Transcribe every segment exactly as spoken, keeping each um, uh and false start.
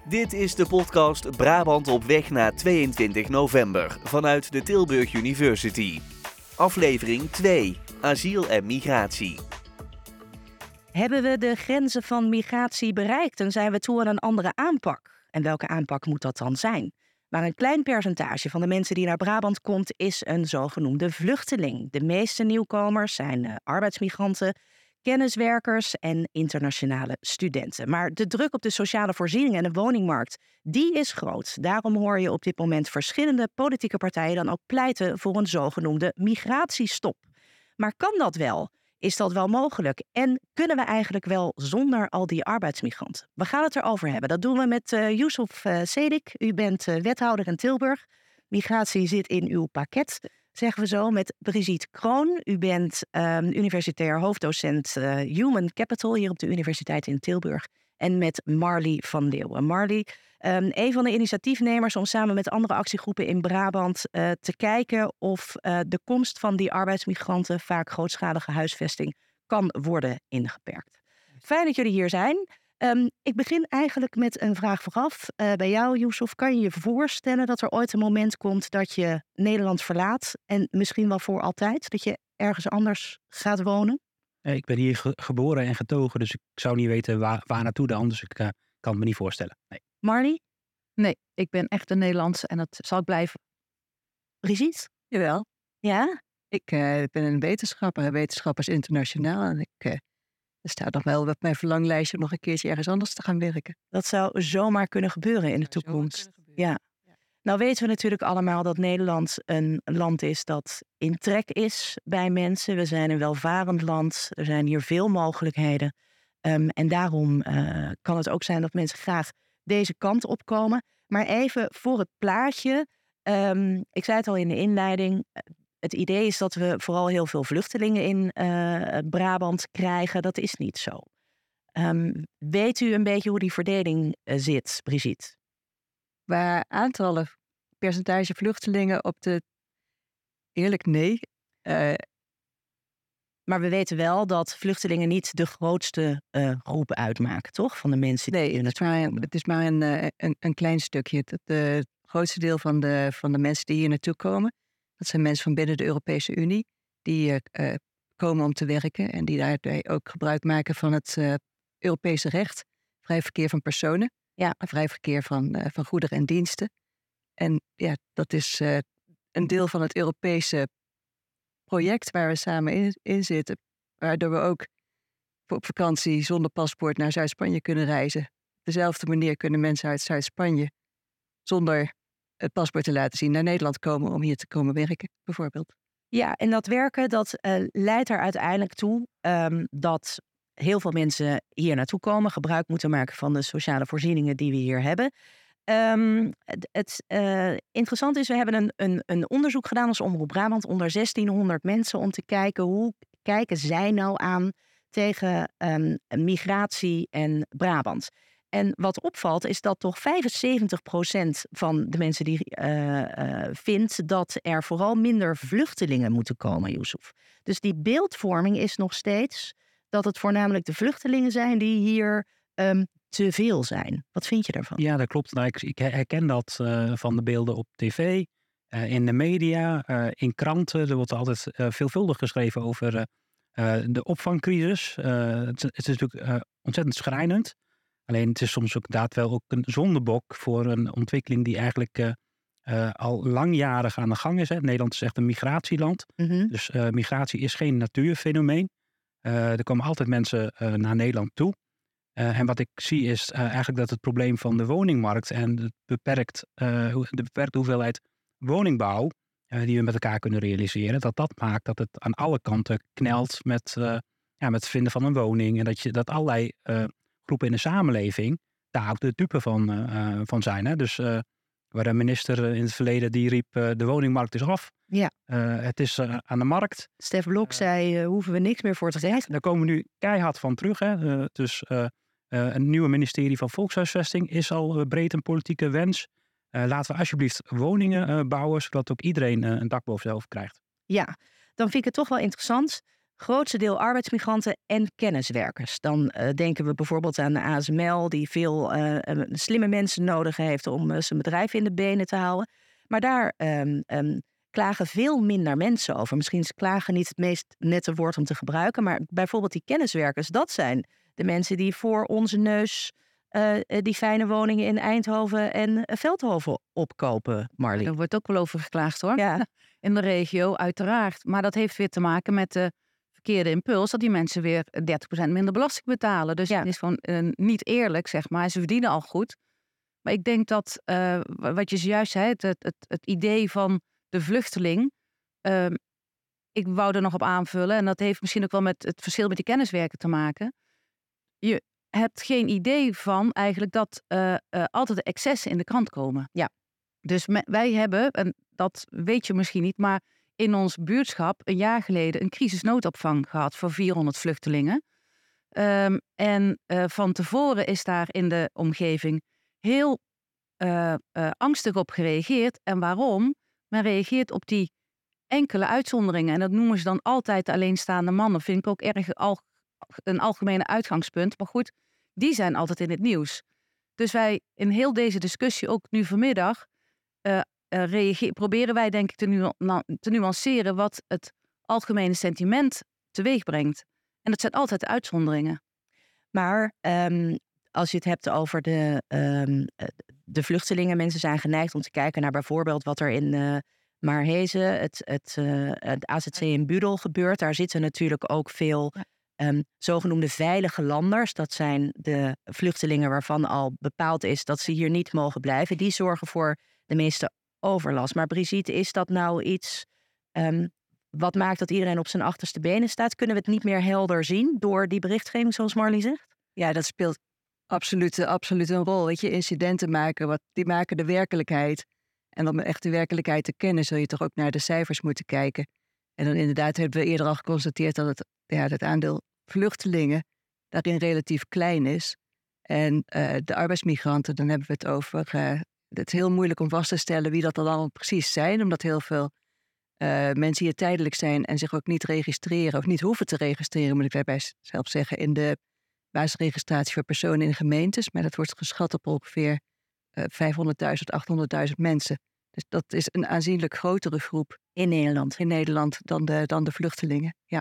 Dit is de podcast Brabant op weg naar tweeëntwintig november vanuit de Tilburg University. Aflevering twee. Asiel en migratie. Hebben we de grenzen van migratie bereikt en zijn we toe aan een andere aanpak? En welke aanpak moet dat dan zijn? Maar een klein percentage van de mensen die naar Brabant komt is een zogenoemde vluchteling. De meeste nieuwkomers zijn uh, arbeidsmigranten, kenniswerkers en internationale studenten. Maar de druk op de sociale voorzieningen en de woningmarkt, die is groot. Daarom hoor je op dit moment verschillende politieke partijen dan ook pleiten voor een zogenoemde migratiestop. Maar kan dat wel? Is dat wel mogelijk? En kunnen we eigenlijk wel zonder al die arbeidsmigranten? We gaan het erover hebben. Dat doen we met uh, Yusuf uh, Sedik. U bent uh, wethouder in Tilburg. Migratie zit in uw pakket, zeggen we zo. Met Brigitte Kroon. U bent uh, universitair hoofddocent uh, Human Capital hier op de Universiteit in Tilburg. En met Marley van Leeuwen. Marley, um, een van de initiatiefnemers om samen met andere actiegroepen in Brabant uh, te kijken of uh, de komst van die arbeidsmigranten, vaak grootschalige huisvesting, kan worden ingeperkt. Fijn dat jullie hier zijn. Um, ik begin eigenlijk met een vraag vooraf. Uh, bij jou, Yusuf, kan je je voorstellen dat er ooit een moment komt dat je Nederland verlaat en misschien wel voor altijd, dat je ergens anders gaat wonen? Ik ben hier ge- geboren en getogen, dus ik zou niet weten waar, waar naartoe dan. Dus ik uh, kan het me niet voorstellen. Nee. Marley? Nee, ik ben echt een Nederlandse en dat zal ik blijven. Brigitte? Jawel. Ja? Ik uh, ben een wetenschapper, wetenschappers internationaal. En ik, uh, er staat nog wel op mijn verlanglijstje om nog een keertje ergens anders te gaan werken. Dat zou zomaar kunnen gebeuren in de toekomst. Ja. Nou weten we natuurlijk allemaal dat Nederland een land is dat in trek is bij mensen. We zijn een welvarend land. Er zijn hier veel mogelijkheden. Um, en daarom uh, kan het ook zijn dat mensen graag deze kant op komen. Maar even voor het plaatje. Um, ik zei het al in de inleiding. Het idee is dat we vooral heel veel vluchtelingen in uh, Brabant krijgen. Dat is niet zo. Um, weet u een beetje hoe die verdeling uh, zit, Brigitte? Waar aantallen, percentage vluchtelingen op de... Eerlijk, nee. Uh, Maar we weten wel dat vluchtelingen niet de grootste uh, groep uitmaken, toch? Van de mensen die nee, hier het is maar, het is maar een, een, een klein stukje. Het, het grootste deel van de, van de mensen die hier naartoe komen, dat zijn mensen van binnen de Europese Unie. Die uh, uh, komen om te werken en die daarbij ook gebruik maken van het uh, Europese recht. Vrij verkeer van personen. Ja. Vrij verkeer van, uh, van goederen en diensten. En ja, dat is uh, een deel van het Europese project waar we samen in, in zitten. Waardoor we ook op vakantie zonder paspoort naar Zuid-Spanje kunnen reizen. Op dezelfde manier kunnen mensen uit Zuid-Spanje zonder het paspoort te laten zien naar Nederland komen om hier te komen werken, bijvoorbeeld. Ja, en dat werken dat uh, leidt er uiteindelijk toe um, dat heel veel mensen hier naartoe komen, gebruik moeten maken van de sociale voorzieningen die we hier hebben. Um, het het uh, interessant is, we hebben een, een, een onderzoek gedaan als Omroep Brabant onder zestienhonderd mensen om te kijken hoe kijken zij nou aan tegen um, migratie en Brabant. En wat opvalt is dat toch vijfenzeventig procent van de mensen die uh, uh, vindt dat er vooral minder vluchtelingen moeten komen, Yusuf. Dus die beeldvorming is nog steeds dat het voornamelijk de vluchtelingen zijn die hier um, te veel zijn. Wat vind je daarvan? Ja, dat klopt. Nou, ik, ik herken dat uh, van de beelden op tv, uh, in de media, uh, in kranten. Er wordt altijd uh, veelvuldig geschreven over uh, uh, de opvangcrisis. Uh, het, het is natuurlijk uh, ontzettend schrijnend. Alleen het is soms ook inderdaad wel ook een zondebok voor een ontwikkeling die eigenlijk uh, uh, al langjarig aan de gang is. Hè. Nederland is echt een migratieland. Mm-hmm. Dus uh, migratie is geen natuurfenomeen. Uh, er komen altijd mensen uh, naar Nederland toe. Uh, en wat ik zie is uh, eigenlijk dat het probleem van de woningmarkt en de, beperkt, uh, de beperkte hoeveelheid woningbouw uh, die we met elkaar kunnen realiseren, dat dat maakt dat het aan alle kanten knelt met, uh, ja, met het vinden van een woning. En dat, je, dat allerlei uh, groepen in de samenleving daar ook de dupe van, uh, van zijn. Hè? Dus uh, waar de minister in het verleden die riep uh, de woningmarkt is af. Ja. Uh, het is uh, aan de markt. Stef Blok uh, zei, uh, hoeven we niks meer voor te zeggen. Daar komen we nu keihard van terug. Hè? Uh, dus uh, uh, een nieuwe ministerie van Volkshuisvesting is al uh, breed een politieke wens. Uh, laten we alsjeblieft woningen uh, bouwen, zodat ook iedereen uh, een dak boven zijn hoofd krijgt. Ja, dan vind ik het toch wel interessant. grootste deel arbeidsmigranten en kenniswerkers. Dan uh, denken we bijvoorbeeld aan de A S M L... die veel uh, slimme mensen nodig heeft om uh, zijn bedrijf in de benen te houden. Maar daar um, um, klagen veel minder mensen over. Misschien is klagen niet het meest nette woord om te gebruiken... maar bijvoorbeeld die kenniswerkers, dat zijn de mensen die voor onze neus... Uh, die fijne woningen in Eindhoven en Veldhoven opkopen, Marlie. Daar wordt ook wel over geklaagd hoor, ja. In de regio uiteraard. Maar dat heeft weer te maken met de verkeerde impuls... dat die mensen weer dertig procent minder belasting betalen. Dus ja. Het is gewoon uh, niet eerlijk, zeg maar. Ze verdienen al goed. Maar ik denk dat, uh, wat je zojuist zei... het, het, het idee van de vluchteling... Uh, ik wou er nog op aanvullen... en dat heeft misschien ook wel met het verschil met die kenniswerken te maken... Je hebt geen idee van eigenlijk dat uh, uh, altijd de excessen in de krant komen. Ja. Dus me, wij hebben, en dat weet je misschien niet, maar in ons buurtschap een jaar geleden een crisisnoodopvang gehad voor vierhonderd vluchtelingen. Um, en uh, van tevoren is daar in de omgeving heel uh, uh, angstig op gereageerd. En waarom? Men reageert op die enkele uitzonderingen. En dat noemen ze dan altijd de alleenstaande mannen. Vind ik ook erg al, een algemene uitgangspunt. Maar goed, die zijn altijd in het nieuws. Dus wij in heel deze discussie, ook nu vanmiddag, uh, uh, reageer, proberen wij denk ik te, nu, na, te nuanceren wat het algemene sentiment teweeg brengt. En dat zijn altijd uitzonderingen. Maar um, als je het hebt over de, um, de vluchtelingen, mensen zijn geneigd om te kijken naar bijvoorbeeld wat er in uh, Maarhezen, het, het, uh, het A Z C in Budel gebeurt. Daar zitten natuurlijk ook veel um, zogenoemde veilige landers. Dat zijn de vluchtelingen waarvan al bepaald is dat ze hier niet mogen blijven. Die zorgen voor de meeste overlast. Maar Brigitte, is dat nou iets um, wat maakt dat iedereen op zijn achterste benen staat? Kunnen we het niet meer helder zien door die berichtgeving zoals Marlie zegt? Ja, dat speelt absoluut, absoluut een rol. Weet je, incidenten maken, wat, die maken de werkelijkheid. En om echt de werkelijkheid te kennen, zul je toch ook naar de cijfers moeten kijken. En dan inderdaad hebben we eerder al geconstateerd dat het, ja, het aandeel vluchtelingen daarin relatief klein is. En uh, de arbeidsmigranten, dan hebben we het over. Uh, het is heel moeilijk om vast te stellen wie dat dan allemaal precies zijn, omdat heel veel uh, mensen hier tijdelijk zijn en zich ook niet registreren, of niet hoeven te registreren, moet ik daarbij zelf zeggen, in de basisregistratie voor personen in gemeentes. Maar dat wordt geschat op ongeveer uh, vijfhonderdduizend, achthonderdduizend mensen. Dus dat is een aanzienlijk grotere groep in Nederland, in Nederland dan, de, dan de vluchtelingen. Ja.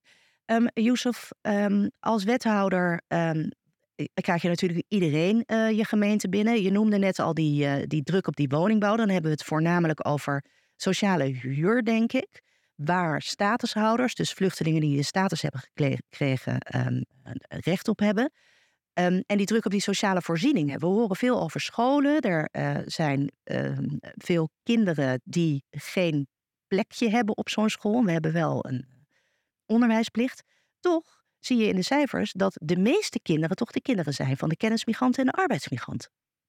Um, Youssef, um, als wethouder um, krijg je natuurlijk iedereen uh, je gemeente binnen. Je noemde net al die, uh, die druk op die woningbouw. Dan hebben we het voornamelijk over sociale huur, denk ik. Waar statushouders, dus vluchtelingen die de status hebben gekregen, um, recht op hebben. Um, en die druk op die sociale voorzieningen. We horen veel over scholen. Er uh, zijn uh, veel kinderen die geen plekje hebben op zo'n school. We hebben wel een onderwijsplicht. Toch zie je in de cijfers dat de meeste kinderen toch de kinderen zijn van de kennismigrant en de arbeidsmigrant.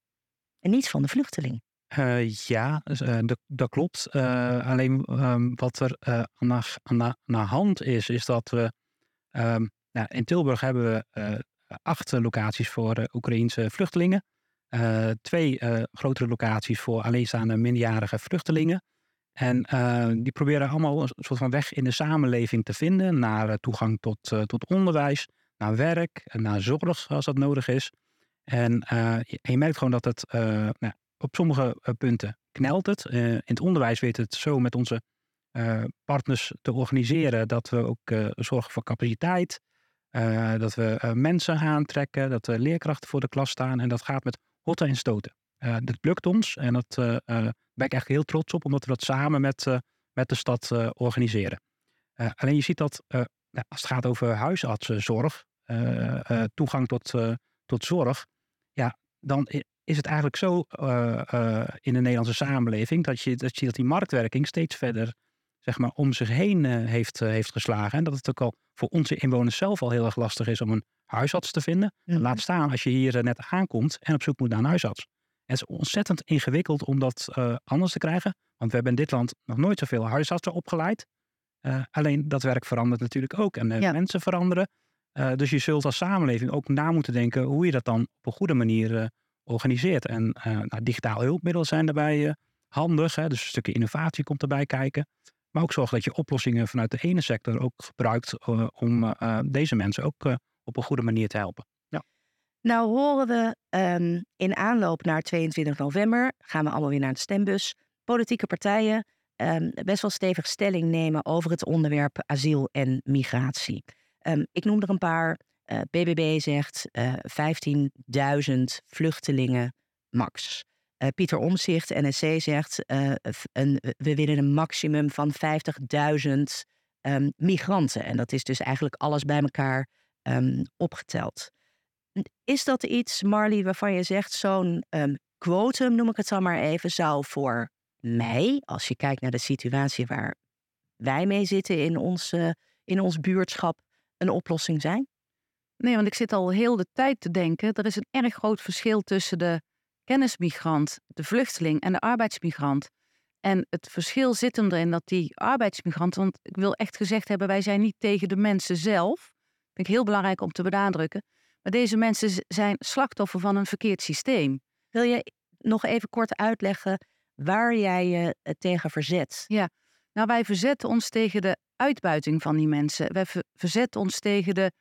En niet van de vluchteling. Uh, ja, uh, dat, dat klopt. Uh, alleen um, wat er uh, aan, de, aan, de, aan de hand is, is dat we um, nou, in Tilburg hebben we uh, acht locaties voor uh, Oekraïense vluchtelingen. Uh, twee uh, grotere locaties voor alleenstaande minderjarige vluchtelingen. En uh, die proberen allemaal een soort van weg in de samenleving te vinden. Naar uh, toegang tot, uh, tot onderwijs, naar werk, naar zorg als dat nodig is. En, uh, en je merkt gewoon dat het uh, nou, op sommige uh, punten knelt het. Uh, in het onderwijs weet het zo met onze uh, partners te organiseren dat we ook uh, zorgen voor capaciteit. Uh, dat we uh, mensen aantrekken, dat we leerkrachten voor de klas staan. En dat gaat met hotten en stoten. Uh, dat lukt ons en dat uh, uh, ben ik echt heel trots op, omdat we dat samen met, uh, met de stad uh, organiseren. Uh, alleen je ziet dat uh, nou, als het gaat over huisartsenzorg, uh, uh, toegang tot, uh, tot zorg, ja, dan is het eigenlijk zo uh, uh, in de Nederlandse samenleving dat je, dat je dat die marktwerking steeds verder zeg maar, om zich heen uh, heeft, uh, heeft geslagen. En dat het ook al voor onze inwoners zelf al heel erg lastig is om een huisarts te vinden. Mm-hmm. Laat staan als je hier uh, net aankomt en op zoek moet naar een huisarts. Het is ontzettend ingewikkeld om dat uh, anders te krijgen. Want we hebben in dit land nog nooit zoveel huisartsen opgeleid. Uh, alleen dat werk verandert natuurlijk ook. En uh, ja. mensen veranderen. Uh, dus je zult als samenleving ook na moeten denken hoe je dat dan op een goede manier uh, organiseert. En uh, nou, digitale hulpmiddelen zijn daarbij uh, handig. Hè? Dus een stukje innovatie komt erbij kijken. Maar ook zorgen dat je oplossingen vanuit de ene sector ook gebruikt uh, om uh, deze mensen ook uh, op een goede manier te helpen. Ja. Nou horen we um, in aanloop naar tweeëntwintig november, gaan we allemaal weer naar de stembus, politieke partijen um, best wel stevig stelling nemen over het onderwerp asiel en migratie. Um, ik noem er een paar. Uh, B B B zegt uh, vijftienduizend vluchtelingen max. Uh, Pieter Omtzigt, N S C, zegt uh, een, we willen een maximum van vijftigduizend um, migranten. En dat is dus eigenlijk alles bij elkaar um, opgeteld. Is dat iets, Marley, waarvan je zegt zo'n um, quotum, noem ik het dan maar even, zou voor mij, als je kijkt naar de situatie waar wij mee zitten in ons, uh, in ons buurtschap, een oplossing zijn? Nee, want ik zit al heel de tijd te denken. Er is een erg groot verschil tussen de kennismigrant, de vluchteling en de arbeidsmigrant. En het verschil zit hem erin dat die arbeidsmigrant, want ik wil echt gezegd hebben, wij zijn niet tegen de mensen zelf. Dat vind ik heel belangrijk om te benadrukken. Maar deze mensen zijn slachtoffer van een verkeerd systeem. Wil je nog even kort uitleggen waar jij je tegen verzet? Ja, nou wij verzetten ons tegen de uitbuiting van die mensen. Wij verzetten ons tegen de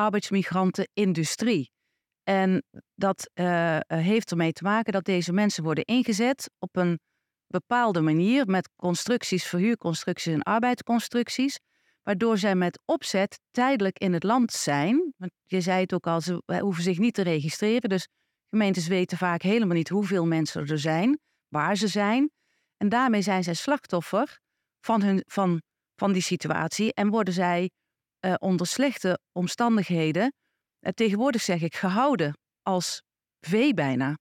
arbeidsmigrantenindustrie. En dat uh, heeft ermee te maken dat deze mensen worden ingezet op een bepaalde manier met constructies, verhuurconstructies en arbeidsconstructies, waardoor zij met opzet tijdelijk in het land zijn. Want je zei het ook al, ze hoeven zich niet te registreren. Dus gemeentes weten vaak helemaal niet hoeveel mensen er zijn, waar ze zijn. En daarmee zijn zij slachtoffer van, hun, van, van die situatie en worden zij uh, onder slechte omstandigheden, uh, tegenwoordig zeg ik, gehouden als vee bijna.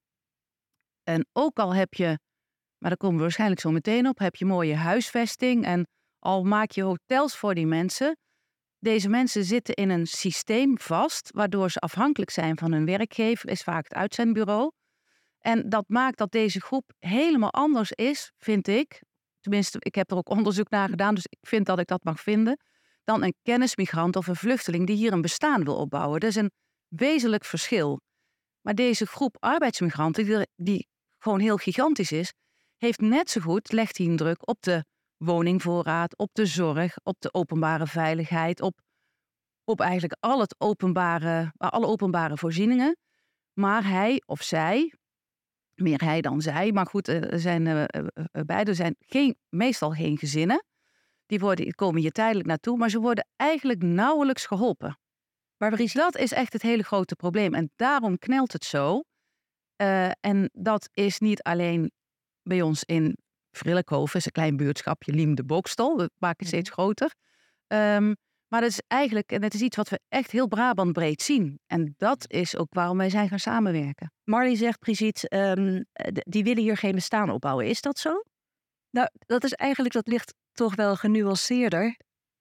En ook al heb je, maar daar komen we waarschijnlijk zo meteen op, heb je mooie huisvesting en al maak je hotels voor die mensen. Deze mensen zitten in een systeem vast, waardoor ze afhankelijk zijn van hun werkgever, is vaak het uitzendbureau. En dat maakt dat deze groep helemaal anders is, vind ik. Tenminste, ik heb er ook onderzoek naar gedaan, dus ik vind dat ik dat mag vinden. Dan een kennismigrant of een vluchteling die hier een bestaan wil opbouwen. Dat is een wezenlijk verschil. Maar deze groep arbeidsmigranten, die, die gewoon heel gigantisch is, heeft net zo goed, legt hij een druk op de woningvoorraad, op de zorg, op de openbare veiligheid, op, op eigenlijk al het openbare, alle openbare voorzieningen. Maar hij of zij, meer hij dan zij, maar goed, er zijn uh, uh, beide zijn geen, meestal geen gezinnen. Die, worden, die komen hier tijdelijk naartoe, maar ze worden eigenlijk nauwelijks geholpen. Maar dat is echt het hele grote probleem. En daarom knelt het zo. Uh, en dat is niet alleen bij ons in Vrillekhoven, is een klein buurtschapje, Liem de Bokstel. We maken het steeds groter. Um, maar dat is eigenlijk, en het is iets wat we echt heel Brabant breed zien. En dat is ook waarom wij zijn gaan samenwerken. Marley zegt, Brigitte, um, die willen hier geen bestaan opbouwen. Is dat zo? Nou, dat is eigenlijk, dat ligt toch wel genuanceerder.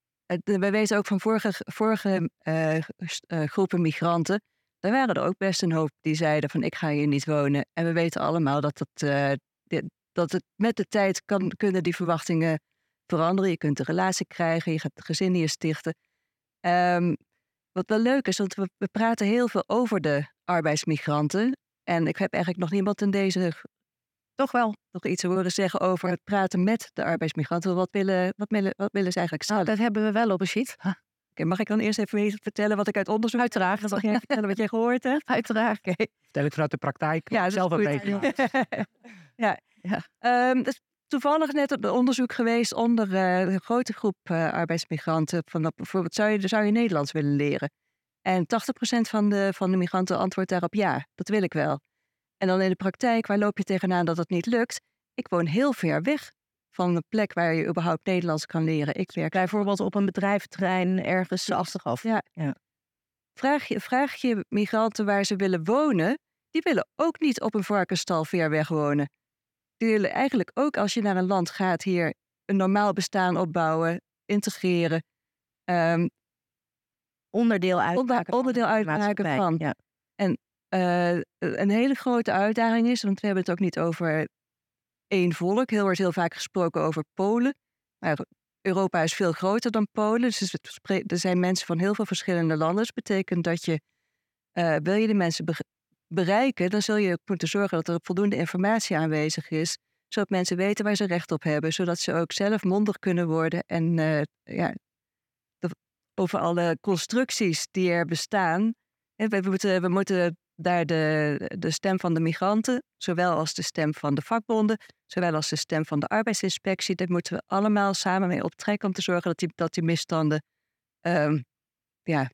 We weten ook van vorige, vorige uh, uh, groepen migranten, daar waren er ook best een hoop die zeiden van ik ga hier niet wonen. En we weten allemaal dat, het, uh, de, dat het met de tijd kan, kunnen die verwachtingen veranderen. Je kunt een relatie krijgen, je gaat gezinnen hier stichten. Um, wat wel leuk is, want we, we praten heel veel over de arbeidsmigranten. En ik heb eigenlijk nog niemand in deze toch wel nog iets horen zeggen over het praten met de arbeidsmigranten. Wat willen, wat willen, wat willen ze eigenlijk stellen? Dat hebben we wel op een sheet. Oké, okay, mag ik dan eerst even vertellen wat ik uit onderzoek... Uiteraard. Dan mag jij vertellen wat jij gehoord hebt? Uiteraard. Okay. Vertel ik vanuit de praktijk. Ja, zelf een beetje. ja. ja. Um, dus toevallig net op een onderzoek geweest onder uh, een grote groep uh, arbeidsmigranten. Van dat, bijvoorbeeld, zou je, zou je Nederlands willen leren? En tachtig procent van de, van de migranten antwoordt daarop ja, dat wil ik wel. En dan in de praktijk, waar loop je tegenaan dat het niet lukt? Ik woon heel ver weg van een plek waar je überhaupt Nederlands kan leren. Ik werk bijvoorbeeld op een bedrijventerrein ergens achteraf. Ja. ja. Vraag, je, vraag je migranten waar ze willen wonen, die willen ook niet op een varkensstal ver weg wonen. Die willen eigenlijk ook, als je naar een land gaat, hier een normaal bestaan opbouwen, integreren. Um, onderdeel uitmaken onder, onderdeel uitmaken van. Ja. En uh, een hele grote uitdaging is, want we hebben het ook niet over één volk. Heel wordt heel vaak gesproken over Polen. Maar Europa is veel groter dan Polen. Dus er zijn mensen van heel veel verschillende landen. Dat betekent dat je, uh, wil je de mensen be- bereiken, dan zul je moeten zorgen dat er voldoende informatie aanwezig is. zodat mensen weten waar ze recht op hebben. Zodat ze ook zelf mondig kunnen worden. En uh, ja, de, over alle constructies die er bestaan. We, we, moeten, we moeten daar de, de stem van de migranten, zowel als de stem van de vakbonden, zowel als de stem van de arbeidsinspectie, daar moeten we allemaal samen mee optrekken om te zorgen dat die, dat die misstanden um, ja,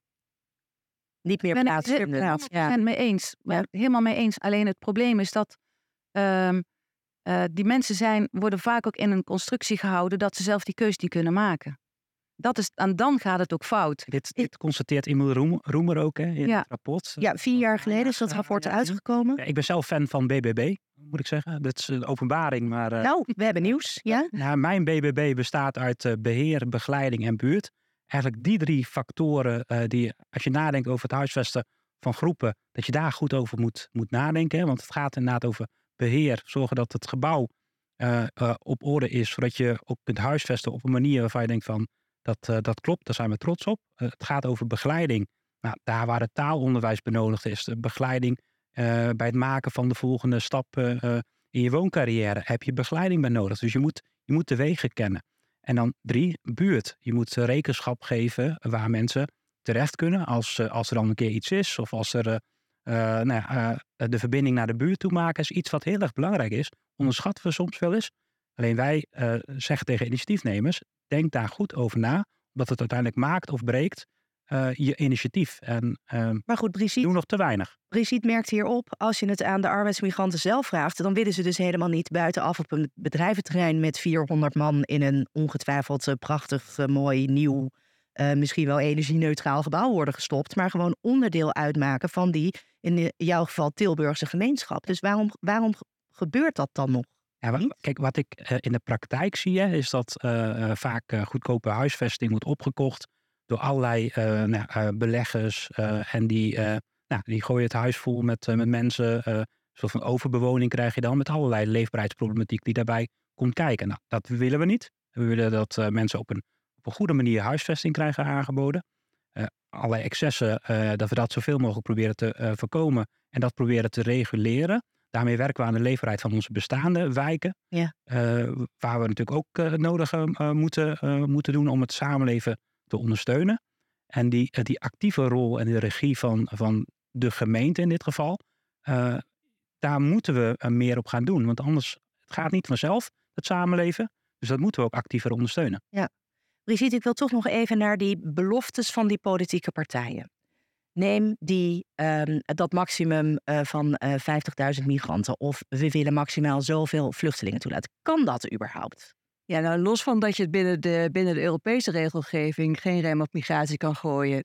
niet meer plaatsvinden. Ik ben het ja. mee eens. Ja. Helemaal mee eens. Alleen het probleem is dat um, uh, die mensen zijn, worden vaak ook in een constructie gehouden dat ze zelf die keus niet kunnen maken. Dat is, en dan gaat het ook fout. Dit, dit constateert Emil Roemer ook hè, in ja. het rapport. Ja, vier jaar geleden is dat rapport ja, uitgekomen. Ja, ik ben zelf fan van B B B, moet ik zeggen. Dat is een openbaring. Maar, uh, nou, we hebben nieuws. Ja? Nou, mijn B B B bestaat uit uh, beheer, begeleiding en buurt. Eigenlijk die drie factoren uh, die, als je nadenkt over het huisvesten van groepen, dat je daar goed over moet, moet nadenken. Hè? Want het gaat inderdaad over beheer. Zorgen dat het gebouw uh, uh, op orde is, zodat je ook kunt huisvesten op een manier waarvan je denkt van, Dat, uh, dat klopt, daar zijn we trots op. Uh, het gaat over begeleiding. Nou, daar waar het taalonderwijs benodigd is. De begeleiding uh, bij het maken van de volgende stap uh, uh, in je wooncarrière. Heb je begeleiding bij nodig. Dus je moet, je moet de wegen kennen. En dan drie, buurt. Je moet uh, rekenschap geven waar mensen terecht kunnen. Als, uh, als er dan een keer iets is. Of als er uh, uh, nou ja, uh, de verbinding naar de buurt toe maken. Is iets wat heel erg belangrijk is. Onderschatten we soms wel eens. Alleen wij uh, zeggen tegen initiatiefnemers, denk daar goed over na, omdat het uiteindelijk maakt of breekt uh, je initiatief. En, uh, maar goed, Brigitte, doen nog te weinig. Brigitte merkt hierop, als je het aan de arbeidsmigranten zelf vraagt, dan willen ze dus helemaal niet buitenaf op een bedrijventerrein met vierhonderd man in een ongetwijfeld uh, prachtig, uh, mooi, nieuw, uh, misschien wel energie-neutraal gebouw worden gestopt, maar gewoon onderdeel uitmaken van die, in jouw geval, Tilburgse gemeenschap. Dus waarom, waarom gebeurt dat dan nog? Ja, wat, kijk, wat ik uh, in de praktijk zie, hè, is dat uh, uh, vaak uh, goedkope huisvesting wordt opgekocht door allerlei uh, nou, uh, beleggers. Uh, en die, uh, nou, die gooien het huis vol met, uh, met mensen. Uh, een soort van overbewoning krijg je dan met allerlei leefbaarheidsproblematiek die daarbij komt kijken. Nou, dat willen we niet. We willen dat uh, mensen op een, op een goede manier huisvesting krijgen aangeboden. Uh, allerlei excessen, uh, dat we dat zoveel mogelijk proberen te uh, voorkomen en dat proberen te reguleren. Daarmee werken we aan de leefbaarheid van onze bestaande wijken. Ja. Uh, waar we natuurlijk ook uh, nodig uh, moeten, uh, moeten doen om het samenleven te ondersteunen. En die, uh, die actieve rol en de regie van, van de gemeente in dit geval, uh, daar moeten we uh, meer op gaan doen. Want anders het gaat niet vanzelf, het samenleven. Dus dat moeten we ook actiever ondersteunen. Ja. Brigitte, ik wil toch nog even naar die beloftes van die politieke partijen. Neem die, um, dat maximum uh, van uh, vijftigduizend migranten of we willen maximaal zoveel vluchtelingen toelaten. Kan dat überhaupt? Ja, nou los van dat je het binnen de, binnen de Europese regelgeving geen rem op migratie kan gooien.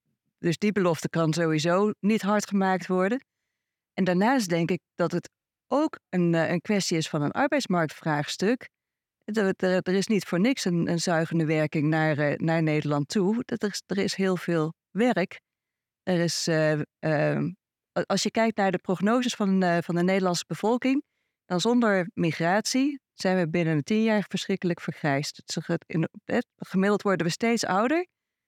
Dus die belofte kan sowieso niet hard gemaakt worden. En daarnaast denk ik dat het ook een, een kwestie is van een arbeidsmarktvraagstuk. Er, er, er is niet voor niks een, een zuigende werking naar, naar Nederland toe. Er is, er is heel veel werk. Er is, uh, uh, als je kijkt naar de prognoses van, uh, van de Nederlandse bevolking, dan zonder migratie zijn we binnen tien jaar verschrikkelijk vergrijsd. Het, in, het, gemiddeld worden we steeds ouder.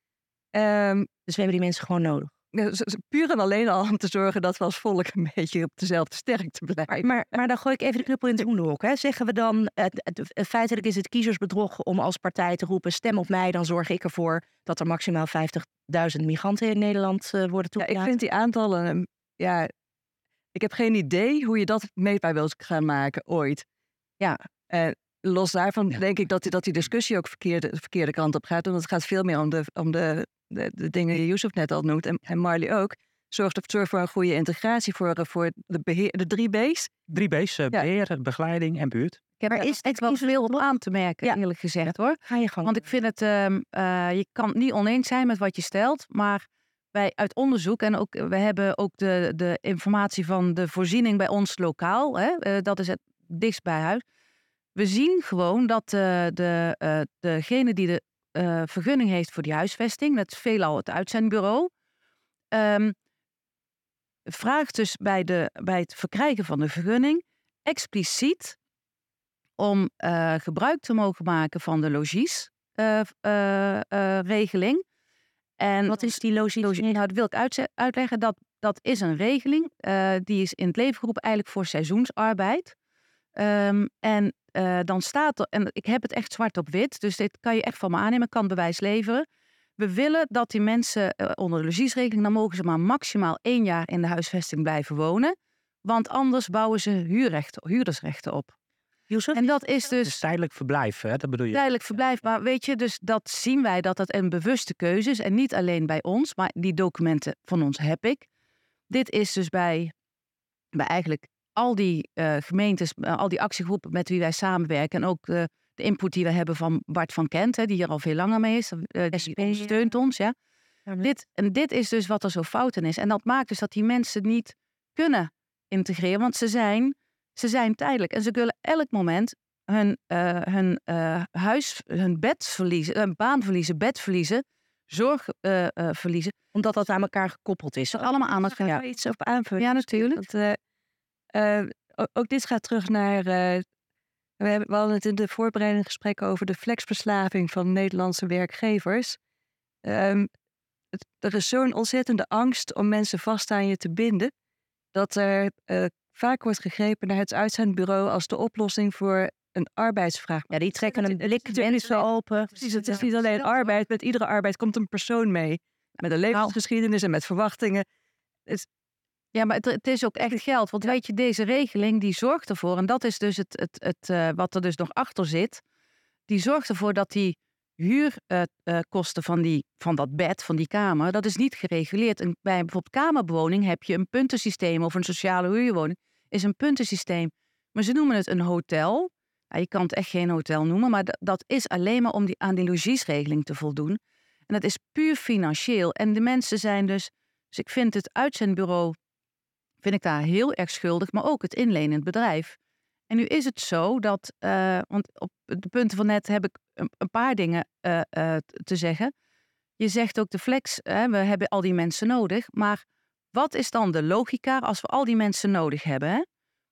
Um, dus we hebben die mensen gewoon nodig. Puur en alleen al om te zorgen dat we als volk een beetje op dezelfde sterkte blijven. Maar, maar dan gooi ik even de knuppel in het hoenderhok. Hè. Zeggen we dan, het, het, het, feitelijk is het kiezersbedrog om als partij te roepen, stem op mij, dan zorg ik ervoor dat er maximaal vijftigduizend migranten in Nederland uh, worden toegelaten. Ja, ik vind die aantallen, ja, ik heb geen idee hoe je dat meetbaar wilt gaan maken ooit. Ja, uh, los daarvan ja. denk ik dat die, dat die discussie ook verkeerde, de verkeerde kant op gaat. Want het gaat veel meer om de, om de, de, de dingen die Yusuf net al noemt en, en Marley ook. Zorg, zorg voor een goede integratie voor, voor de, beheer, de drie B's. Drie B's, uh, beheer, ja. begeleiding en buurt. Ik heb er is echt wel veel op aan te merken, ja. eerlijk gezegd hoor. Ga je gang. Want ik vind het, uh, uh, je kan het niet oneens zijn met wat je stelt, maar wij uit onderzoek en ook we hebben ook de, de informatie van de voorziening bij ons lokaal, hè, uh, dat is het dichtst bij huis. We zien gewoon dat uh, de, uh, degene die de uh, vergunning heeft voor die huisvesting, dat is veelal het uitzendbureau, um, vraagt dus bij, de, bij het verkrijgen van de vergunning expliciet om uh, gebruik te mogen maken van de logiesregeling. Uh, uh, uh, en wat is die logies? logies nou, dat wil ik uitze- uitleggen. Dat, dat is een regeling. Uh, die is in het leven geroepen eigenlijk voor seizoensarbeid. Um, en uh, dan staat er, en ik heb het echt zwart op wit, dus dit kan je echt van me aannemen, ik kan bewijs leveren. We willen dat die mensen uh, onder de logiesregeling, dan mogen ze maar maximaal één jaar in de huisvesting blijven wonen. Want anders bouwen ze huurrechten, huurdersrechten op. Jozef? En dat is dus... Dus tijdelijk verblijf, hè? Dat bedoel je? Tijdelijk verblijf, maar weet je, dus dat zien wij dat dat een bewuste keuze is. En niet alleen bij ons, maar die documenten van ons heb ik. Dit is dus bij, bij eigenlijk al die uh, gemeentes, uh, al die actiegroepen met wie wij samenwerken. En ook uh, de input die we hebben van Bart van Kent, hè, die hier al veel langer mee is. Uh, die ondersteunt ons, ja. ja dit, en dit is dus wat er zo fout in is. En dat maakt dus dat die mensen niet kunnen integreren, want ze zijn... Ze zijn tijdelijk en ze willen elk moment hun, uh, hun uh, huis, hun bed verliezen, hun baan verliezen, bed verliezen, zorg uh, uh, verliezen. Omdat dat aan elkaar gekoppeld is. Dat allemaal aan elkaar. Ja. Iets op aanvullen. Ja, natuurlijk. Want, uh, uh, ook, ook dit gaat terug naar... Uh, we, hebben, we hadden het in de voorbereidende gesprekken over de flexverslaving van Nederlandse werkgevers. Um, het, er is zo'n ontzettende angst om mensen vast aan je te binden, dat er... Uh, vaak wordt gegrepen naar het uitzendbureau als de oplossing voor een arbeidsvraag. Ja, die trekken een blik mensen open. Precies, het is niet alleen arbeid. Met iedere arbeid komt een persoon mee. Met een levensgeschiedenis en met verwachtingen. Het... Ja, maar het, het is ook echt geld. Want weet je, deze regeling die zorgt ervoor, en dat is dus het, het, het, uh, wat er dus nog achter zit, die zorgt ervoor dat die huurkosten uh, uh, van, die, van dat bed, van die kamer, dat is niet gereguleerd. En bij bijvoorbeeld kamerbewoning heb je een puntensysteem of een sociale huurwoning, is een puntensysteem. Maar ze noemen het een hotel. Nou, je kan het echt geen hotel noemen, maar d- dat is alleen maar om die, aan die logiesregeling te voldoen. En dat is puur financieel. En de mensen zijn dus, dus ik vind het uitzendbureau, vind ik daar heel erg schuldig, maar ook het inlenend bedrijf. En nu is het zo dat, uh, want op de punten van net heb ik een, een paar dingen uh, uh, te zeggen. Je zegt ook de flex, hè, we hebben al die mensen nodig, maar wat is dan de logica als we al die mensen nodig hebben? Hè?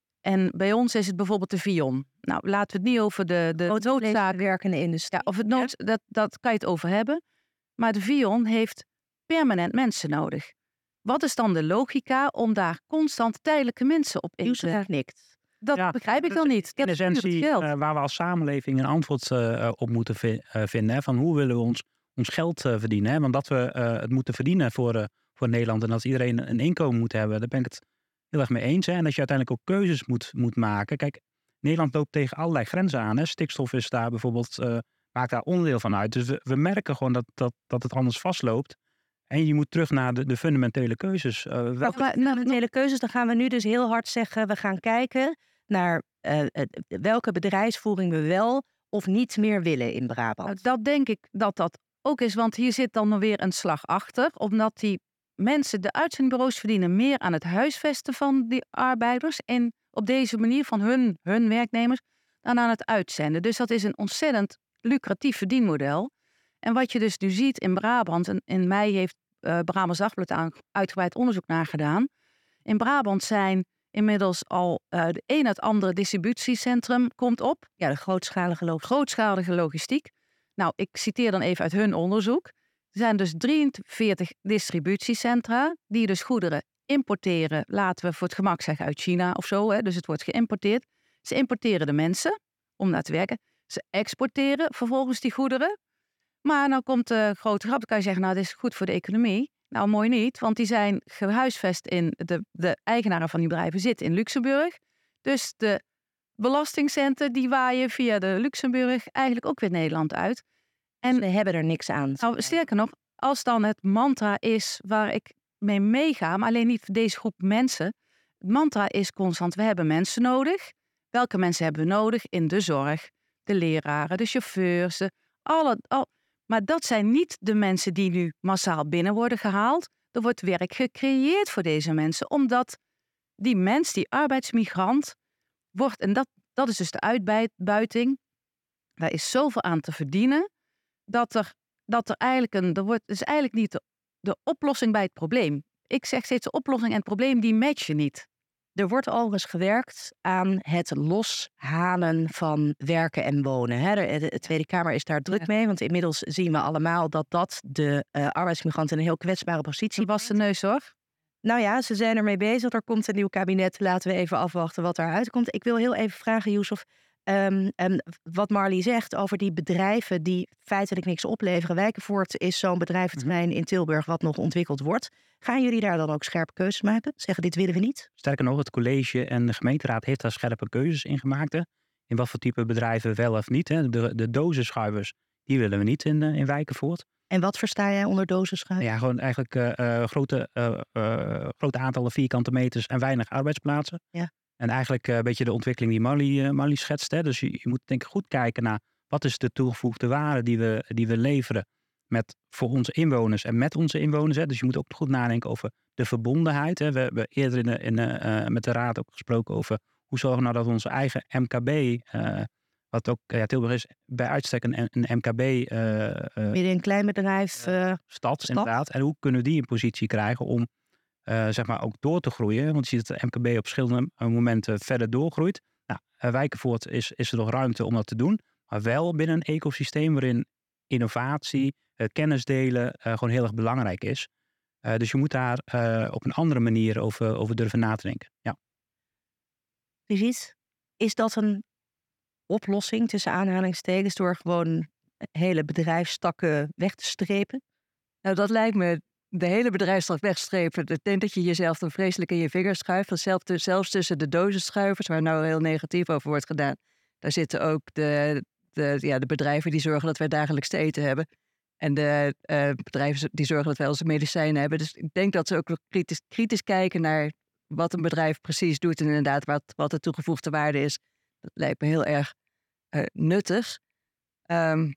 En bij ons is het bijvoorbeeld de Vion. Nou, laten we het niet over de, de noodzaak werkende industrie. Ja, of het nood, ja. dat, dat kan je het over hebben. Maar de Vion heeft permanent mensen nodig. Wat is dan de logica om daar constant tijdelijke mensen op in te zetten? nikt. Dat ja, begrijp ik dan niet. In essentie uh, waar we als samenleving een antwoord uh, op moeten vi- uh, vinden. Hè, van hoe willen we ons, ons geld uh, verdienen. Hè? Want dat we uh, het moeten verdienen voor, uh, voor Nederland. En dat iedereen een inkomen moet hebben. Daar ben ik het heel erg mee eens. Hè? En dat je uiteindelijk ook keuzes moet, moet maken. Kijk, Nederland loopt tegen allerlei grenzen aan. Hè? Stikstof is daar bijvoorbeeld, uh, maakt daar onderdeel van uit. Dus we, we merken gewoon dat, dat, dat het anders vastloopt. En je moet terug naar de, de fundamentele keuzes. Uh, welke maar, fundamentele keuzes, dan gaan we nu dus heel hard zeggen, we gaan kijken naar uh, uh, welke bedrijfsvoering we wel of niet meer willen in Brabant. Nou, dat denk ik dat dat ook is, want hier zit dan nog weer een slag achter. Omdat die mensen, de uitzendbureaus verdienen meer aan het huisvesten van die arbeiders en op deze manier van hun, hun werknemers dan aan het uitzenden. Dus dat is een ontzettend lucratief verdienmodel. En wat je dus nu ziet in Brabant, en in mei heeft uh, Brabants Dagblad aan uitgebreid onderzoek naar gedaan. In Brabant zijn inmiddels al uh, de een het andere distributiecentrum komt op. Ja, de grootschalige logistiek. Grootschalige logistiek. Nou, ik citeer dan even uit hun onderzoek. Er zijn dus drieënveertig distributiecentra die dus goederen importeren, laten we voor het gemak zeggen uit China of zo. Hè, dus het wordt geïmporteerd. Ze importeren de mensen om naar te werken. Ze exporteren vervolgens die goederen. Maar nou komt de grote grap, dan kan je zeggen, nou, dit is goed voor de economie. Nou, mooi niet, want die zijn gehuisvest in, de, de eigenaren van die bedrijven zitten in Luxemburg. Dus de belastingcenten die waaien via de Luxemburg eigenlijk ook weer Nederland uit. En we hebben er niks aan. Nou, sterker nog, als dan het mantra is waar ik mee meega, maar alleen niet voor deze groep mensen. Het mantra is constant, we hebben mensen nodig. Welke mensen hebben we nodig? In de zorg, de leraren, de chauffeurs, de, alle... Al, maar dat zijn niet de mensen die nu massaal binnen worden gehaald. Er wordt werk gecreëerd voor deze mensen. Omdat die mens, die arbeidsmigrant, wordt... En dat, dat is dus de uitbuiting. Daar is zoveel aan te verdienen. Dat er, dat er eigenlijk een... Er wordt, is eigenlijk niet de, de oplossing bij het probleem. Ik zeg steeds, de oplossing en het probleem, die matchen niet. Er wordt overigens gewerkt aan het loshalen van werken en wonen. Hè. De Tweede Kamer is daar druk ja. mee, want inmiddels zien we allemaal dat dat de uh, arbeidsmigranten in een heel kwetsbare positie was de neus hoor. Nou ja, ze zijn ermee bezig. Er komt een nieuw kabinet. Laten we even afwachten wat eruit komt. Ik wil heel even vragen, Yusuf, um, um, wat Marley zegt over die bedrijven die feitelijk niks opleveren. Wijkenvoort is zo'n bedrijventerrein mm-hmm. in Tilburg wat nog ontwikkeld wordt. Gaan jullie daar dan ook scherpe keuzes maken? Zeggen, dit willen we niet? Sterker nog, het college en de gemeenteraad heeft daar scherpe keuzes in gemaakt. Hè? In wat voor type bedrijven wel of niet. Hè? De, de dozenschuivers, die willen we niet in, uh, in Wijkenvoort. En wat versta jij onder dozenschuivers? Ja, gewoon eigenlijk uh, uh, grote, uh, uh, grote aantallen vierkante meters en weinig arbeidsplaatsen. Ja. En eigenlijk uh, een beetje de ontwikkeling die Marley, uh, Marley schetst. Hè? Dus je, je moet denk ik goed kijken naar wat is de toegevoegde waarde die we, die we leveren met, voor onze inwoners en met onze inwoners. Hè? Dus je moet ook goed nadenken over de verbondenheid. Hè? We hebben eerder in de, in de, uh, met de raad ook gesproken over hoe zorgen we nou dat onze eigen M K B... Uh, Wat ook, ja, Tilburg is bij uitstek een, een M K B... Uh, uh, Midden een klein bedrijf. Uh, stad, stad, inderdaad. En hoe kunnen we die in positie krijgen om uh, zeg maar ook door te groeien? Want je ziet dat de M K B op verschillende momenten verder doorgroeit. Nou, uh, Wijkenvoort is, is er nog ruimte om dat te doen. Maar wel binnen een ecosysteem waarin innovatie, uh, kennis delen uh, gewoon heel erg belangrijk is. Uh, dus je moet daar uh, op een andere manier over, over durven na te denken. Ja. Precies. Is dat een oplossing tussen aanhalingstekens door gewoon hele bedrijfstakken weg te strepen? Nou, dat lijkt me de hele bedrijfstak wegstrepen. Ik denk dat je jezelf dan vreselijk in je vingers schuift. Zelfs, zelfs tussen de dozenschuivers, waar nou heel negatief over wordt gedaan, daar zitten ook de, de, ja, de bedrijven die zorgen dat wij dagelijks te eten hebben. En de uh, bedrijven die zorgen dat wij onze medicijnen hebben. Dus ik denk dat ze ook kritisch, kritisch kijken naar wat een bedrijf precies doet en inderdaad wat, wat de toegevoegde waarde is. Dat lijkt me heel erg uh, nuttig. Um,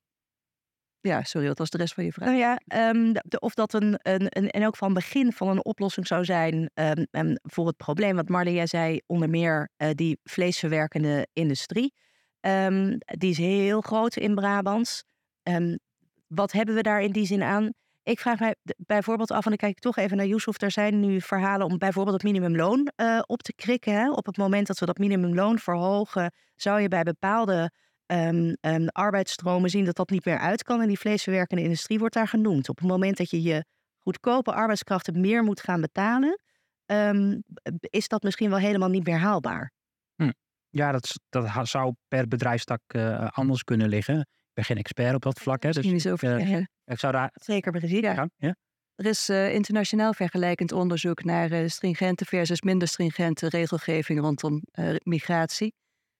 ja, sorry, wat was de rest van je vraag? Nou ja, um, de, of dat een, een, een, in elk geval een begin van een oplossing zou zijn um, um, voor het probleem. Want Marley, jij zei onder meer uh, die vleesverwerkende industrie. Um, die is heel groot in Brabant. Um, wat hebben we daar in die zin aan? Ik vraag mij bijvoorbeeld af, en dan kijk ik toch even naar Yusuf. Er zijn nu verhalen om bijvoorbeeld het minimumloon uh, op te krikken. Hè? Op het moment dat we dat minimumloon verhogen, zou je bij bepaalde um, um, arbeidsstromen zien dat dat niet meer uit kan. En die vleesverwerkende industrie wordt daar genoemd. Op het moment dat je je goedkope arbeidskrachten meer moet gaan betalen, um, is dat misschien wel helemaal niet meer haalbaar. Hm. Ja, dat, dat zou per bedrijfstak uh, anders kunnen liggen. Ik ben geen expert op dat vlak. Hè, dus Misschien is over, uh, ja. ik zou daar zeker precies. Ja. Ja. Er is uh, internationaal vergelijkend onderzoek naar uh, stringente versus minder stringente regelgeving rondom uh, migratie.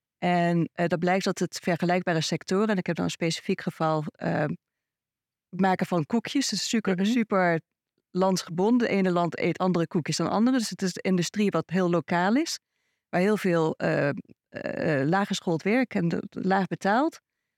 En uh, dat blijkt dat het vergelijkbare sectoren, en ik heb dan een specifiek geval, uh, maken van koekjes. Dus super, mm-hmm. super landsgebonden. De ene land eet andere koekjes dan andere. Dus het is een industrie wat heel lokaal is. Waar heel veel uh, uh, laaggeschoold werk en de, laag betaald.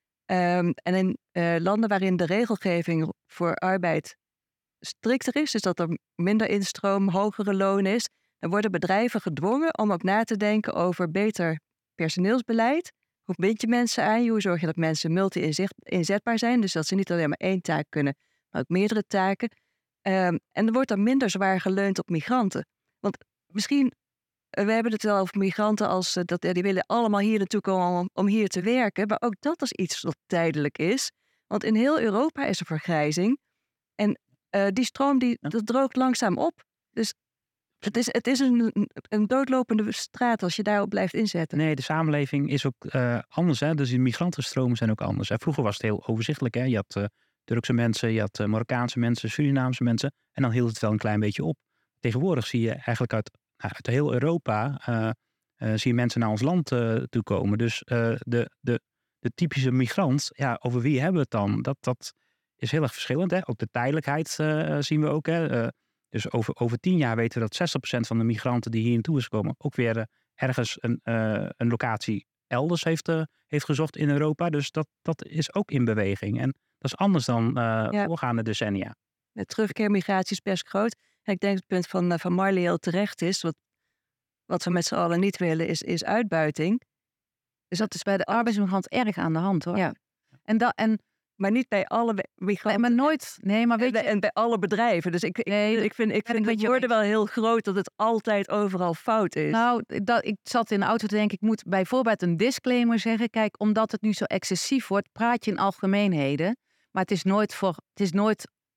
Um, en in uh, landen waarin de regelgeving voor arbeid strikter is, dus dat er minder instroom, hogere loon is, dan worden bedrijven gedwongen om ook na te denken over beter personeelsbeleid. Hoe bind je mensen aan? Hoe zorg je dat mensen multi-inzetbaar zijn? Dus dat ze niet alleen maar één taak kunnen, maar ook meerdere taken. Um, en er wordt dan minder zwaar geleund op migranten. Want misschien, we hebben het wel over migranten als uh, dat ja, die willen allemaal hier naartoe komen om, om hier te werken. Maar ook dat is iets wat tijdelijk is. Want in heel Europa is er vergrijzing. En uh, die stroom die, dat droogt langzaam op. Dus het is, het is een, een doodlopende straat als je daarop blijft inzetten. Nee, de samenleving is ook uh, anders. Hè? Dus die migrantenstromen zijn ook anders. En vroeger was het heel overzichtelijk. Hè? Je had uh, Turkse mensen, je had uh, Marokkaanse mensen, Surinaamse mensen. En dan hield het wel een klein beetje op. Tegenwoordig zie je eigenlijk uit, uit heel Europa uh, uh, zie je mensen naar ons land uh, toe komen. Dus uh, de, de, de typische migrant, ja, over wie hebben we het dan? Dat, dat is heel erg verschillend. Hè? Ook de tijdelijkheid uh, zien we ook. Hè? Uh, dus over, over tien jaar weten we dat zestig procent van de migranten die hier naartoe is gekomen ook weer uh, ergens een, uh, een locatie elders heeft, uh, heeft gezocht in Europa. Dus dat, dat is ook in beweging. En dat is anders dan uh, ja. voorgaande decennia. De terugkeermigratie is best groot. En ik denk dat het punt van, uh, van Marley heel terecht is. Wat, wat we met z'n allen niet willen is, is uitbuiting. Dus dat is bij de arbeidsmigrant erg aan de hand, hoor. Ja. En, da, en Maar niet bij alle migranten. Maar nooit. Nee, maar weet en, bij, je... en bij alle bedrijven. Dus ik, nee, ik, ik vind, ik vind het worden wel heel groot dat het altijd overal fout is. Nou, dat, ik zat in de auto te denken, ik moet bijvoorbeeld een disclaimer zeggen. Kijk, omdat het nu zo excessief wordt, praat je in algemeenheden. Maar het is nooit, voor, het is nooit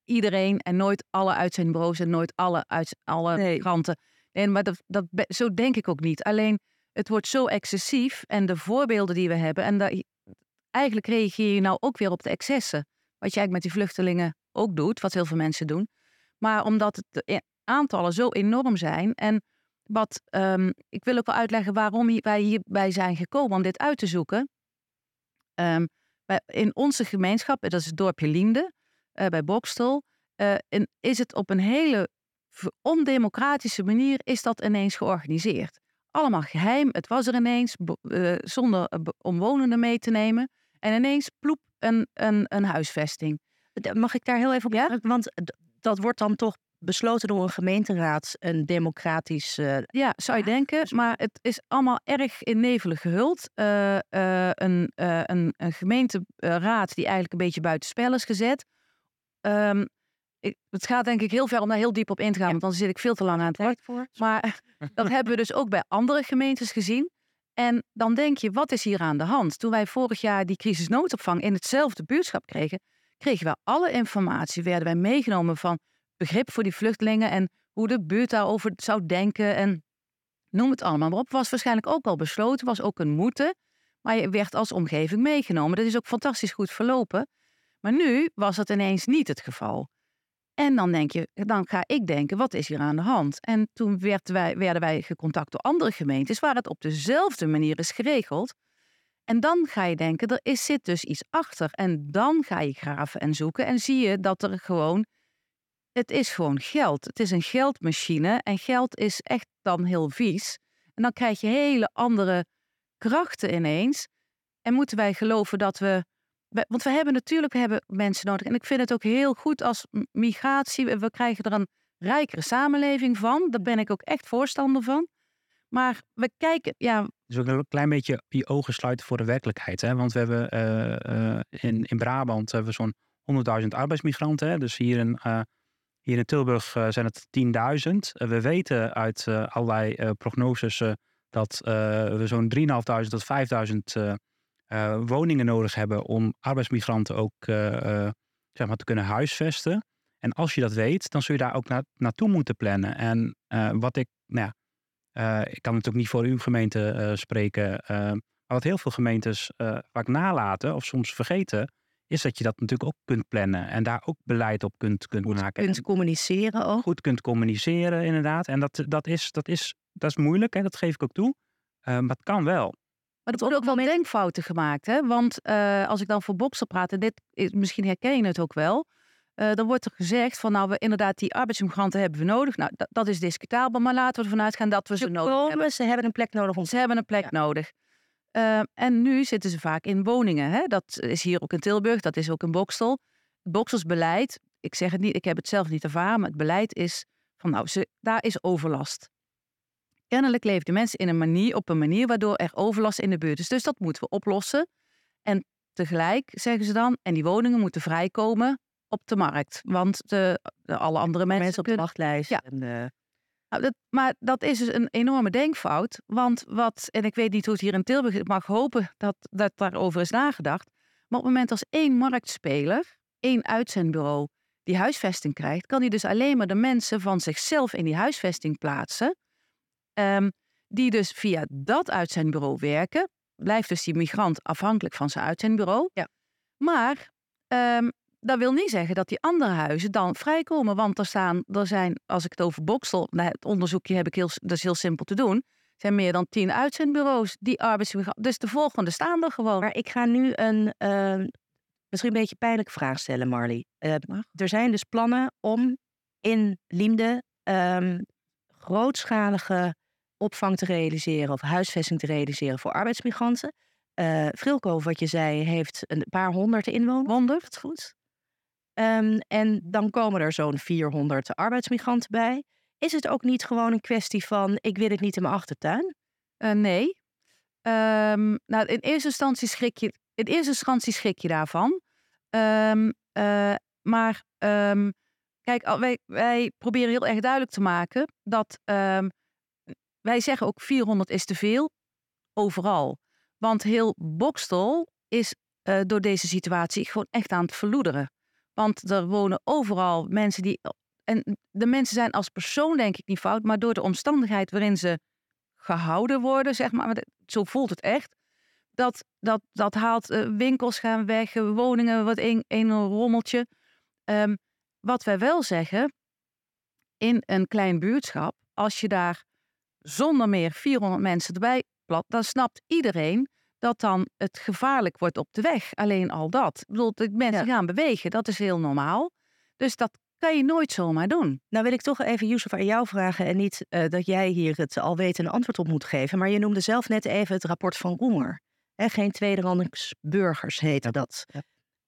iedereen en nooit alle uitzendbureaus en nooit alle, uit, alle Nee. kranten. Nee, maar dat, dat, be- zo denk ik ook niet. Alleen, het wordt zo excessief en de voorbeelden die we hebben... en dat, eigenlijk reageer je nou ook weer op de excessen. Wat je eigenlijk met die vluchtelingen ook doet, wat heel veel mensen doen. Maar omdat het de aantallen zo enorm zijn... en wat um, ik wil ook wel uitleggen waarom hier- wij hierbij zijn gekomen om dit uit te zoeken... Um, bij, in onze gemeenschap, dat is het dorpje Liende, uh, bij Bokstel, uh, en is het op een hele v- ondemocratische manier is dat ineens georganiseerd. Allemaal geheim, het was er ineens, bo- uh, zonder uh, be- omwonenden mee te nemen. En ineens ploep een, een, een huisvesting. D- Mag ik daar heel even op Ja? drukken? Want d- dat wordt dan toch besloten door een gemeenteraad, een democratisch... eh, Ja, zou je Ja, denken, dus- maar het is allemaal erg in nevelen gehuld. Uh, uh, een, uh, een, een gemeenteraad die eigenlijk een beetje buitenspel is gezet. Um, ik, het gaat denk ik heel ver om daar heel diep op in te gaan, Ja. want dan zit ik veel te lang aan het woord. tijd voor. Maar dat hebben we dus ook bij andere gemeentes gezien. En dan denk je, wat is hier aan de hand? Toen wij vorig jaar die crisisnoodopvang in hetzelfde buurtschap kregen, kregen we alle informatie, werden wij meegenomen van begrip voor die vluchtelingen en hoe de buurt daarover zou denken en noem het allemaal maar op. Was waarschijnlijk ook al besloten, was ook een moeten, maar je werd als omgeving meegenomen. Dat is ook fantastisch goed verlopen. Maar nu was dat ineens niet het geval. En dan denk je, dan ga ik denken, wat is hier aan de hand? En toen werd wij, werden wij gecontact door andere gemeentes waar het op dezelfde manier is geregeld. En dan ga je denken, er is, zit dus iets achter. En dan ga je graven en zoeken en zie je dat er gewoon, het is gewoon geld. Het is een geldmachine en geld is echt dan heel vies. En dan krijg je hele andere krachten ineens. En moeten wij geloven dat we... Want we hebben natuurlijk we hebben mensen nodig. En ik vind het ook heel goed als m- migratie. We krijgen er een rijkere samenleving van. Daar ben ik ook echt voorstander van. Maar we kijken, ja, Dus ook een klein beetje je ogen sluiten voor de werkelijkheid. Hè? Want we hebben uh, uh, in, in Brabant hebben we zo'n honderdduizend arbeidsmigranten. Hè? Dus hier in, uh, hier in Tilburg uh, zijn het tienduizend. Uh, we weten uit uh, allerlei uh, prognoses uh, dat uh, we zo'n drieduizend tot vijfduizend uh, uh, woningen nodig hebben om arbeidsmigranten ook uh, uh, zeg maar te kunnen huisvesten. En als je dat weet, dan zul je daar ook na, naartoe moeten plannen. En uh, wat ik, nou ja, Uh, ik kan natuurlijk niet voor uw gemeente uh, spreken. Uh, maar wat heel veel gemeentes uh, vaak nalaten of soms vergeten, is dat je dat natuurlijk ook kunt plannen. En daar ook beleid op kunt, kunt Goed maken. kunt communiceren ook. Goed kunt communiceren, inderdaad. En dat, dat, is, dat, is, dat is moeilijk, hè? Dat geef ik ook toe. Uh, maar het kan wel. maar er worden ook wel denkfouten gemaakt. Hè? Want uh, als ik dan voor Bokstel praat, en dit is, misschien herken je het ook wel. Uh, dan wordt er gezegd van nou, we inderdaad die arbeidsmigranten hebben we nodig. Nou, dat, dat is discutabel, maar laten we ervan uitgaan dat we ze, Ze nodig komen, hebben. ze hebben een plek nodig om... Ze hebben een plek Ja. nodig. Uh, en nu zitten ze vaak in woningen. Hè? Dat is hier ook in Tilburg, dat is ook in Bokstel. Het Bokstels beleid, ik zeg het niet, ik heb het zelf niet ervaren, maar het beleid is van nou, ze, daar is overlast. Kennelijk leven de mensen in een manier, op een manier waardoor er overlast in de buurt is. Dus dat moeten we oplossen. En tegelijk zeggen ze dan, en die woningen moeten vrijkomen op de markt. Want de, de alle andere mensen, mensen op de kunnen... wachtlijst. Ja. En, uh, Nou, dat, maar dat is dus een enorme denkfout. Want wat, en ik weet niet hoe het hier in Tilburg is, ik mag hopen dat, dat daarover is nagedacht. Maar op het moment als één marktspeler, één uitzendbureau, die huisvesting krijgt, kan die dus alleen maar de mensen van zichzelf in die huisvesting plaatsen. Um, die dus via dat uitzendbureau werken. Blijft dus die migrant afhankelijk van zijn uitzendbureau. Ja. Maar um, dat wil niet zeggen dat die andere huizen dan vrijkomen. Want er staan, er zijn, als ik het over Bokstel, nou, het onderzoekje heb ik heel, dat is heel simpel te doen. Er zijn meer dan tien uitzendbureaus die arbeidsmigranten. Dus de volgende staan er gewoon. maar ik ga nu een uh, misschien een beetje pijnlijke vraag stellen, Marley. Uh, er zijn dus plannen om in Liende um, grootschalige opvang te realiseren of huisvesting te realiseren voor arbeidsmigranten. Uh, Vrilko, wat je zei, heeft een paar honderd inwoners. Honderd, goed. Um, en dan komen er zo'n vierhonderd arbeidsmigranten bij. Is het ook niet gewoon een kwestie van, ik wil het niet in mijn achtertuin? Uh, nee. Um, nou, in eerste instantie schrik je, in eerste instantie schrik je daarvan. Um, uh, maar um, kijk, wij, wij proberen heel erg duidelijk te maken dat um, wij zeggen ook vierhonderd is te veel overal. Want heel Bokstel is uh, door deze situatie gewoon echt aan het verloederen. Want er wonen overal mensen die... En de mensen zijn als persoon denk ik niet fout, maar door de omstandigheid waarin ze gehouden worden, zeg maar, zo voelt het echt. Dat, dat, dat haalt uh, winkels gaan weg, woningen, wat een, een rommeltje. Um, wat wij wel zeggen, in een klein buurtschap, als je daar zonder meer vierhonderd mensen erbij plat, dan snapt iedereen dat dan het gevaarlijk wordt op de weg. Alleen al dat. Ik bedoel, de mensen ja. gaan bewegen, dat is heel normaal. Dus dat kan je nooit zomaar doen. Nou wil ik toch even, Yousef, aan jou vragen en niet uh, dat jij hier het alwetende antwoord op moet geven. Maar je noemde zelf net even het rapport van Roemer. He, geen tweederangs burgers heette dat. Ja.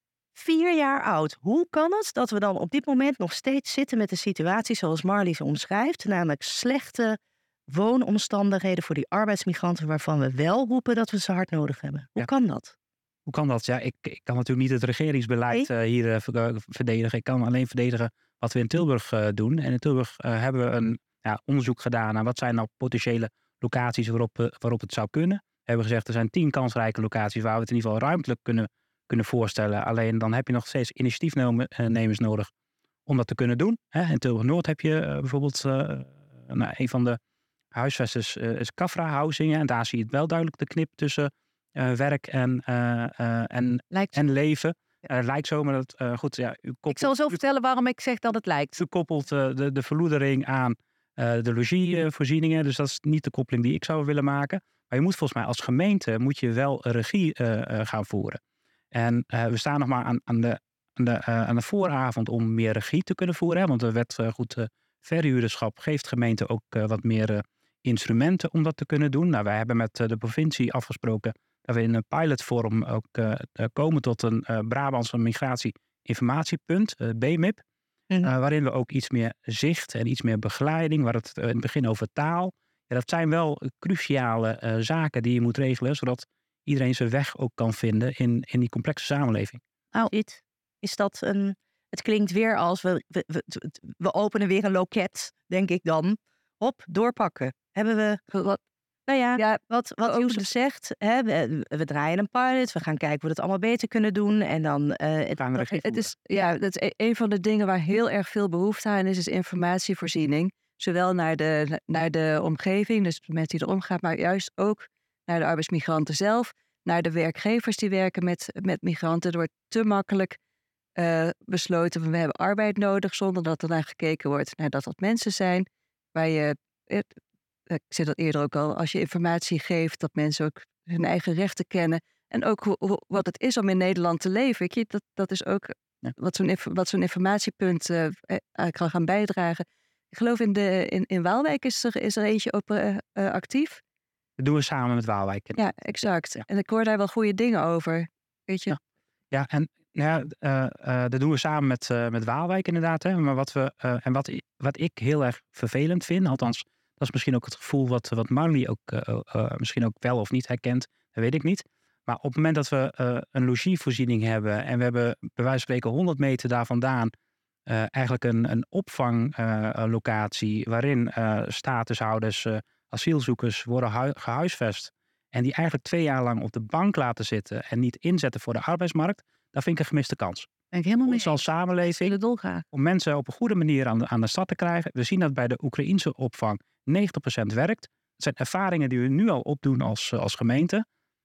Vier jaar oud. Hoe kan het dat we dan op dit moment nog steeds zitten met de situatie zoals Marlies ze omschrijft, namelijk slechte woonomstandigheden voor die arbeidsmigranten waarvan we wel roepen dat we ze hard nodig hebben? Hoe ja. kan dat? Hoe kan dat? Ja, ik, ik kan natuurlijk niet het regeringsbeleid nee? uh, hier uh, verdedigen. Ik kan alleen verdedigen wat we in Tilburg uh, doen. En in Tilburg uh, hebben we een ja, onderzoek gedaan naar wat zijn nou potentiële locaties waarop, uh, waarop het zou kunnen. We hebben gezegd er zijn tien kansrijke locaties waar we het in ieder geval ruimtelijk kunnen, kunnen voorstellen. Alleen dan heb je nog steeds initiatiefnemers nodig om dat te kunnen doen. Hè? In Tilburg-Noord heb je uh, bijvoorbeeld uh, nou, een van de huisvesters uh, is Cafra Housing. En daar zie je het wel duidelijk de knip tussen Uh, werk en, uh, uh, en, en leven. Uh, lijkt zo, maar dat uh, goed. Ja, u koppelt, ik zal zo u, vertellen waarom ik zeg dat het lijkt. U koppelt uh, de, de verloedering aan uh, de logievoorzieningen. Dus dat is niet de koppeling die ik zou willen maken. Maar je moet volgens mij als gemeente moet je wel regie uh, uh, gaan voeren. En uh, we staan nog maar aan, aan, de, aan, de, uh, aan de vooravond om meer regie te kunnen voeren. Hè? Want de wet uh, goed uh, verhuurderschap geeft gemeenten ook uh, wat meer uh, instrumenten om dat te kunnen doen. Nou, wij hebben met uh, de provincie afgesproken dat we in een pilotvorm ook uh, komen tot een uh, Brabantse migratie-informatiepunt, uh, B M I P. Mm-hmm. Uh, waarin we ook iets meer zicht en iets meer begeleiding, waar het uh, in het begin over taal. Ja, dat zijn wel cruciale uh, zaken die je moet regelen, zodat iedereen zijn weg ook kan vinden in, in die complexe samenleving. Nou, is dat een... Het klinkt weer als we, we, we, we openen weer een loket, denk ik dan. Hop, doorpakken. Hebben we... Wat, Nou ja, ja, wat, wat Yousef zegt, hè, we, we draaien een pilot, we gaan kijken hoe we het allemaal beter kunnen doen. En dan, uh, het, het, het is, ja, dat is een van de dingen waar heel erg veel behoefte aan is, is informatievoorziening. Zowel naar de, naar de omgeving, dus de mensen die erom gaan, maar juist ook naar de arbeidsmigranten zelf, naar de werkgevers die werken met, met migranten. Er wordt te makkelijk uh, besloten van we hebben arbeid nodig, zonder dat er naar gekeken wordt naar dat dat mensen zijn waar je... Het, ik zei dat eerder ook al, als je informatie geeft, dat mensen ook hun eigen rechten kennen. En ook hoe, hoe, wat het is om in Nederland te leven. Weet je, dat, dat is ook ja. wat, zo'n, wat zo'n informatiepunt uh, kan gaan bijdragen. Ik geloof in, de, in, in Waalwijk is er, is er eentje op uh, uh, actief. Dat doen we samen met Waalwijk. Ja, exact. Ja. En ik hoor daar wel goede dingen over. Weet je? Ja, ja en ja, uh, uh, dat doen we samen met, uh, met Waalwijk inderdaad. Hè. Maar wat, we, uh, en wat, wat ik heel erg vervelend vind, althans... Dat is misschien ook het gevoel wat, wat Marlie ook uh, uh, misschien ook wel of niet herkent. Dat weet ik niet. Maar op het moment dat we uh, een logievoorziening hebben... en we hebben bij wijze van spreken honderd meter daar vandaan... Uh, eigenlijk een, een opvanglocatie... Uh, waarin uh, statushouders, uh, asielzoekers worden hu- gehuisvest... en die eigenlijk twee jaar lang op de bank laten zitten... en niet inzetten voor de arbeidsmarkt... dat vind ik een gemiste kans. Ben ik helemaal mee. Ons als samenleving om mensen op een goede manier aan de, aan de stad te krijgen. We zien dat bij de Oekraïense opvang negentig procent werkt. Dat zijn ervaringen die we nu al opdoen als, als gemeente.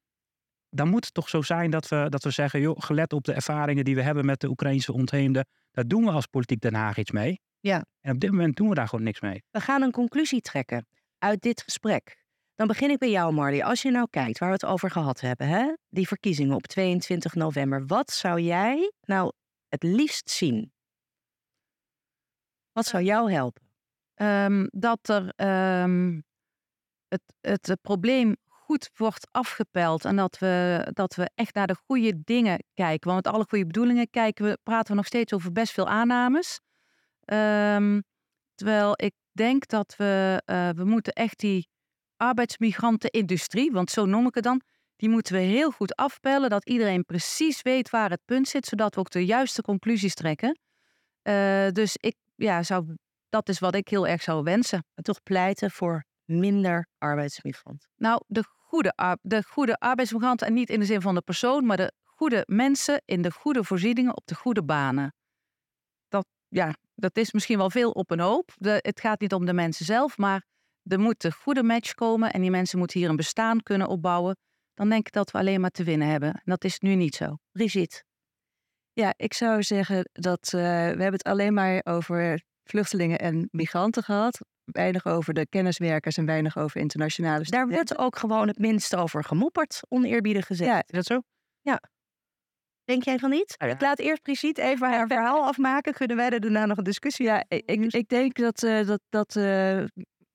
Dan moet het toch zo zijn dat we, dat we zeggen... joh, gelet op de ervaringen die we hebben met de Oekraïense ontheemden... daar doen we als Politiek Den Haag iets mee. Ja. En op dit moment doen we daar gewoon niks mee. We gaan een conclusie trekken uit dit gesprek. Dan begin ik bij jou, Marlie. Als je nou kijkt waar we het over gehad hebben... Hè? Die verkiezingen op tweeëntwintig november... wat zou jij nou het liefst zien? Wat zou jou helpen? Um, dat er um, het, het, het probleem goed wordt afgepeld en dat we, dat we echt naar de goede dingen kijken. Want met alle goede bedoelingen kijken we, praten we nog steeds over best veel aannames. Um, terwijl ik denk dat we, uh, we moeten echt die arbeidsmigrantenindustrie, want zo noem ik het dan, die moeten we heel goed afpellen, dat iedereen precies weet waar het punt zit, zodat we ook de juiste conclusies trekken. Uh, dus ik ja, zou... Dat is wat ik heel erg zou wensen. En toch pleiten voor minder arbeidsmigranten. Nou, de goede, de goede arbeidsmigranten, en niet in de zin van de persoon, maar de goede mensen in de goede voorzieningen op de goede banen. ja, dat is misschien wel veel op een hoop. De, het gaat niet om de mensen zelf, maar er moet een goede match komen en die mensen moeten hier een bestaan kunnen opbouwen. Dan denk ik dat we alleen maar te winnen hebben. En dat is nu niet zo. Brigitte? Ja, ik zou zeggen dat uh, we hebben het alleen maar over vluchtelingen en migranten gehad. Weinig over de kenniswerkers en weinig over internationale studenten. Daar wordt ook gewoon het minst over gemopperd, oneerbiedig gezegd. Ja. Is dat zo? Ja. Denk jij van niet? Ja, ja. Ik laat eerst Brigitte even haar verhaal afmaken. Kunnen wij er daarna nog een discussie Ja, ik, ik, ik denk dat, uh, dat, dat uh,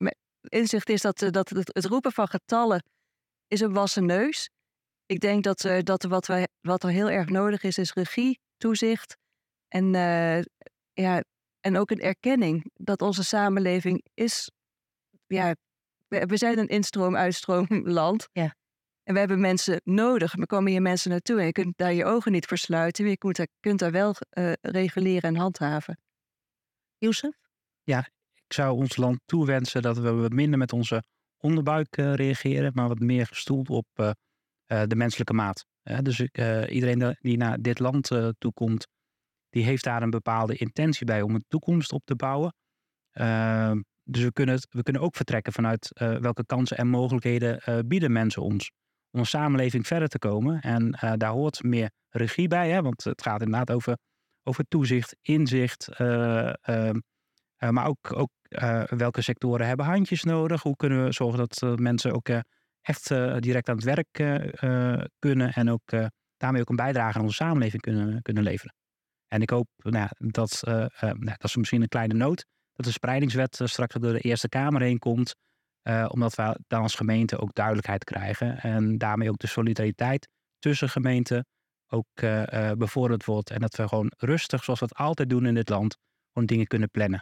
inzicht is dat, uh, dat het, het roepen van getallen is een wassen neus. Ik denk dat, uh, dat wat, wij, wat er heel erg nodig is, is regie, toezicht en, uh, ja, en ook een erkenning dat onze samenleving is. Ja, we, we zijn een instroom-uitstroomland. Ja. En we hebben mensen nodig. Er komen hier mensen naartoe en je kunt daar je ogen niet voor sluiten. Je kunt daar, kunt daar wel uh, reguleren en handhaven. Youssef? Ja, ik zou ons land toewensen dat we wat minder met onze onderbuik uh, reageren, maar wat meer gestoeld op uh, uh, de menselijke maat. Uh, dus uh, iedereen die naar dit land uh, toekomt, die heeft daar een bepaalde intentie bij om een toekomst op te bouwen. Uh, dus we kunnen, het, we kunnen ook vertrekken vanuit uh, welke kansen en mogelijkheden uh, bieden mensen ons om een samenleving verder te komen. En uh, daar hoort meer regie bij, hè, want het gaat inderdaad over, over toezicht, inzicht, uh, uh, uh, maar ook, ook uh, welke sectoren hebben handjes nodig. Hoe kunnen we zorgen dat uh, mensen ook uh, echt uh, direct aan het werk uh, uh, kunnen en ook uh, daarmee ook een bijdrage aan onze samenleving kunnen, kunnen leveren. En ik hoop nou, dat, uh, uh, nou, dat is misschien een kleine noot, dat de spreidingswet uh, straks door de Eerste Kamer heen komt. Uh, omdat we dan als gemeente ook duidelijkheid krijgen. En daarmee ook de solidariteit tussen gemeenten ook uh, uh, bevorderd wordt. En dat we gewoon rustig, zoals we het altijd doen in dit land, gewoon dingen kunnen plannen.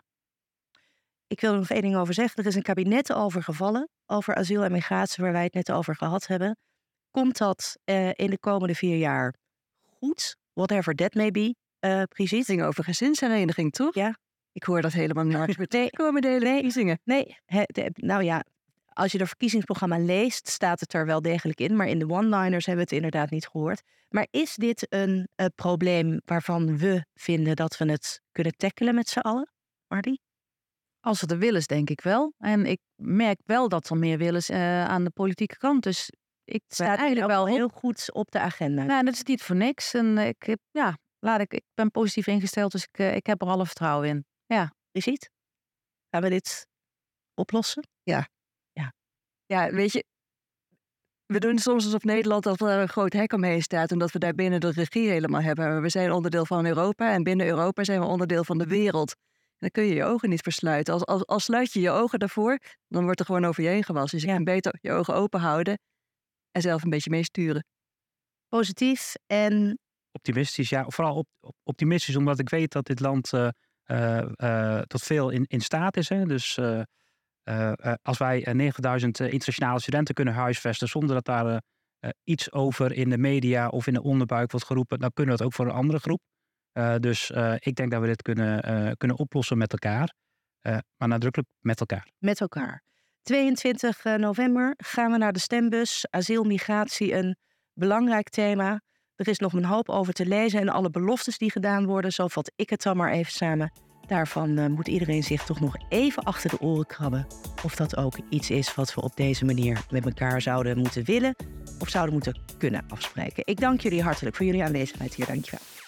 Ik wil er nog één ding over zeggen. Er is een kabinet over gevallen, over asiel en migratie, waar wij het net over gehad hebben. Komt dat uh, in de komende vier jaar goed? Whatever that may be, uh, Brigitte? Het ging over gezinshereniging, toch? Ja. Ik hoor dat helemaal niet. Nee, komen de hele nee, verkiezingen. Nee, he, de, nou ja, als je het verkiezingsprogramma leest, staat het er wel degelijk in. Maar in de one-liners hebben we het inderdaad niet gehoord. Maar is dit een uh, probleem waarvan we vinden dat we het kunnen tackelen met z'n allen, Marty? Als het er wil is, denk ik wel. En ik merk wel dat er meer wil is uh, aan de politieke kant. Dus ik Het sta staat eigenlijk wel heel goed op de agenda. Nou, dat is niet voor niks. En ik, heb, ja, laat ik, ik ben positief ingesteld, dus ik, uh, ik heb er alle vertrouwen in. Ja. Brigitte, gaan we dit oplossen? Ja. Ja. Ja, weet je, we doen soms alsof Nederland dat er een groot hek omheen staat en dat we daar binnen de regie helemaal hebben. Maar we zijn onderdeel van Europa en binnen Europa zijn we onderdeel van de wereld. En dan kun je je ogen niet versluiten. Als, als, als sluit je je ogen daarvoor, dan wordt er gewoon over je heen gewassen. Dus je kan beter je ogen open houden en zelf een beetje meesturen. Positief en... Optimistisch, ja. Vooral op, op, optimistisch, omdat ik weet dat dit land uh, uh, uh, tot veel in, in staat is. Hè. Dus uh, uh, uh, als wij negentigduizend uh, internationale studenten kunnen huisvesten zonder dat daar uh, uh, iets over in de media of in de onderbuik wordt geroepen, dan kunnen we dat ook voor een andere groep. Uh, dus uh, ik denk dat we dit kunnen, uh, kunnen oplossen met elkaar. Uh, maar nadrukkelijk met elkaar. Met elkaar. tweeëntwintig november gaan we naar de stembus. Asiel, migratie, een belangrijk thema. Er is nog een hoop over te lezen en alle beloftes die gedaan worden. Zo vat ik het dan maar even samen. Daarvan uh, moet iedereen zich toch nog even achter de oren krabben. Of dat ook iets is wat we op deze manier met elkaar zouden moeten willen. Of zouden moeten kunnen afspreken. Ik dank jullie hartelijk voor jullie aanwezigheid hier. Dankjewel.